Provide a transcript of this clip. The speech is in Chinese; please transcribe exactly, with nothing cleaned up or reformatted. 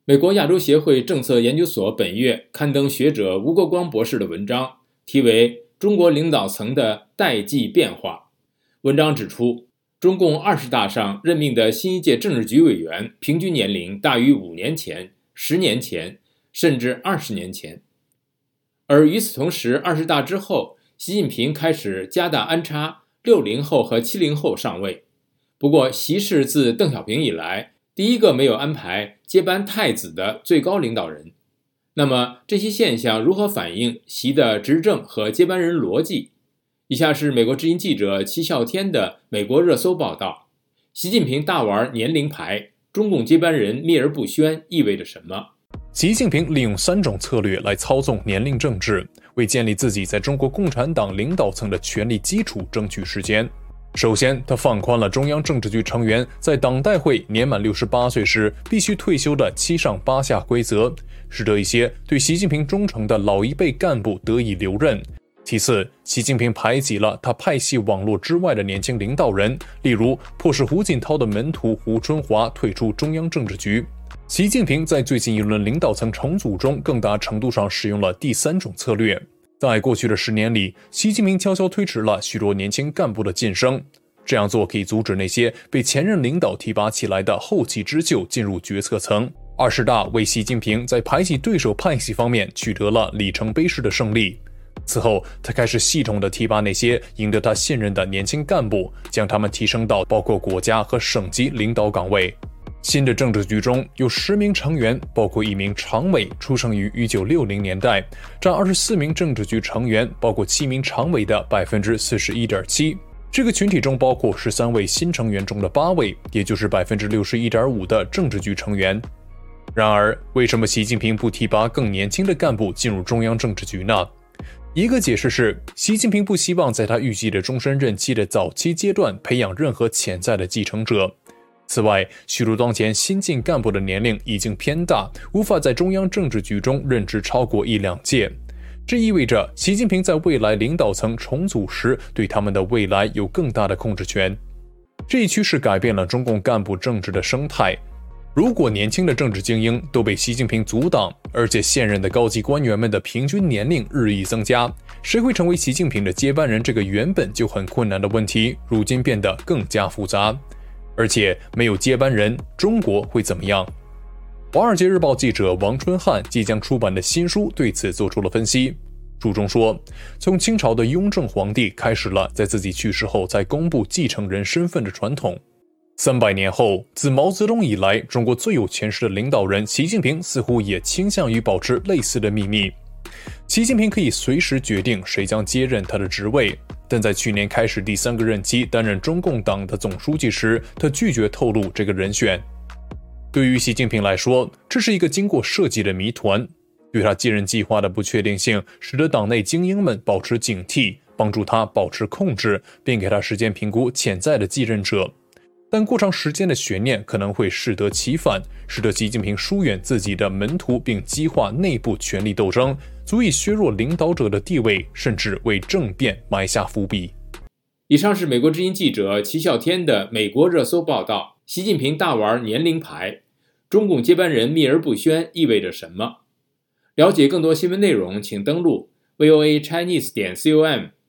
美国亚洲协会政策研究所本月刊登学者吴国光博士的文章，题为《中国领导层的代际变化》。文章指出，中共二十大上任命的新一届政治局委员平均年龄大于五年前、十年前，甚至二十年前。而与此同时，二十大之后，习近平开始加大安插六零后和七零后上位。不过，习是自邓小平以来第一个没有安排接班太子的最高领导人。那么，这些现象如何反映习的执政和接班人逻辑？以下是美国之音记者齐啸天的美国热搜报道：习近平大玩年龄牌，中共接班人秘而不宣意味着什么？ 习近平利用三种策略来操纵年龄政治，为建立自己在中国共产党领导层的权力基础争取时间。首先，他放宽了中央政治局成员在党代会年满六十八岁时必须退休的七上八下规则，使得一些对习近平忠诚的老一辈干部得以留任。其次，习近平排挤了他派系网络之外的年轻领导人，例如迫使胡锦涛的门徒胡春华退出中央政治局。习近平在最近一轮领导层重组中更大程度上使用了第三种策略。在过去的十年里，习近平悄悄推迟了许多年轻干部的晋升，这样做可以阻止那些被前任领导提拔起来的后起之秀进入决策层。二十大为习近平在排挤对手派系方面取得了里程碑式的胜利。此后，他开始系统地提拔那些赢得他信任的年轻干部，将他们提升到包括国家和省级领导岗位。新的政治局中有十名成员，包括一名常委出生于一九六零年代，占二十四名政治局成员，包括七名常委的 百分之四十一点七。这个群体中包括十三位新成员中的八位，也就是 百分之六十一点五 的政治局成员。然而，为什么习近平不提拔更年轻的干部进入中央政治局呢？一个解释是，习近平不希望在他预计的终身任期的早期阶段培养任何潜在的继承者。此外，许多当前新进干部的年龄已经偏大，无法在中央政治局中任职超过一两届。这意味着习近平在未来领导层重组时对他们的未来有更大的控制权。这一趋势改变了中共干部政治的生态。如果年轻的政治精英都被习近平阻挡，而且现任的高级官员们的平均年龄日益增加，谁会成为习近平的接班人这个原本就很困难的问题，如今变得更加复杂。而且没有接班人，中国会怎么样？华尔街日报记者王春汉即将出版的新书对此做出了分析。书中说，从清朝的雍正皇帝开始了在自己去世后才公布继承人身份的传统。三百年后，自毛泽东以来，中国最有权势的领导人习近平似乎也倾向于保持类似的秘密。习近平可以随时决定谁将接任他的职位，但在去年开始第三个任期担任中共党的总书记时，他拒绝透露这个人选。对于习近平来说，这是一个经过设计的谜团。对他继任计划的不确定性，使得党内精英们保持警惕，帮助他保持控制，并给他时间评估潜在的继任者。但过长时间的悬念可能会适得其反，使得习近平疏远自己的门徒，并激化内部权力斗争，足以削弱领导者的地位，甚至为政变埋下伏笔。 以上是美国之音记者齐啸天的美国热搜报道：习近平大玩年龄牌，中共接班人秘而不宣意味着什么？了解更多新闻内容，请登录 V O A Chinese 点 com。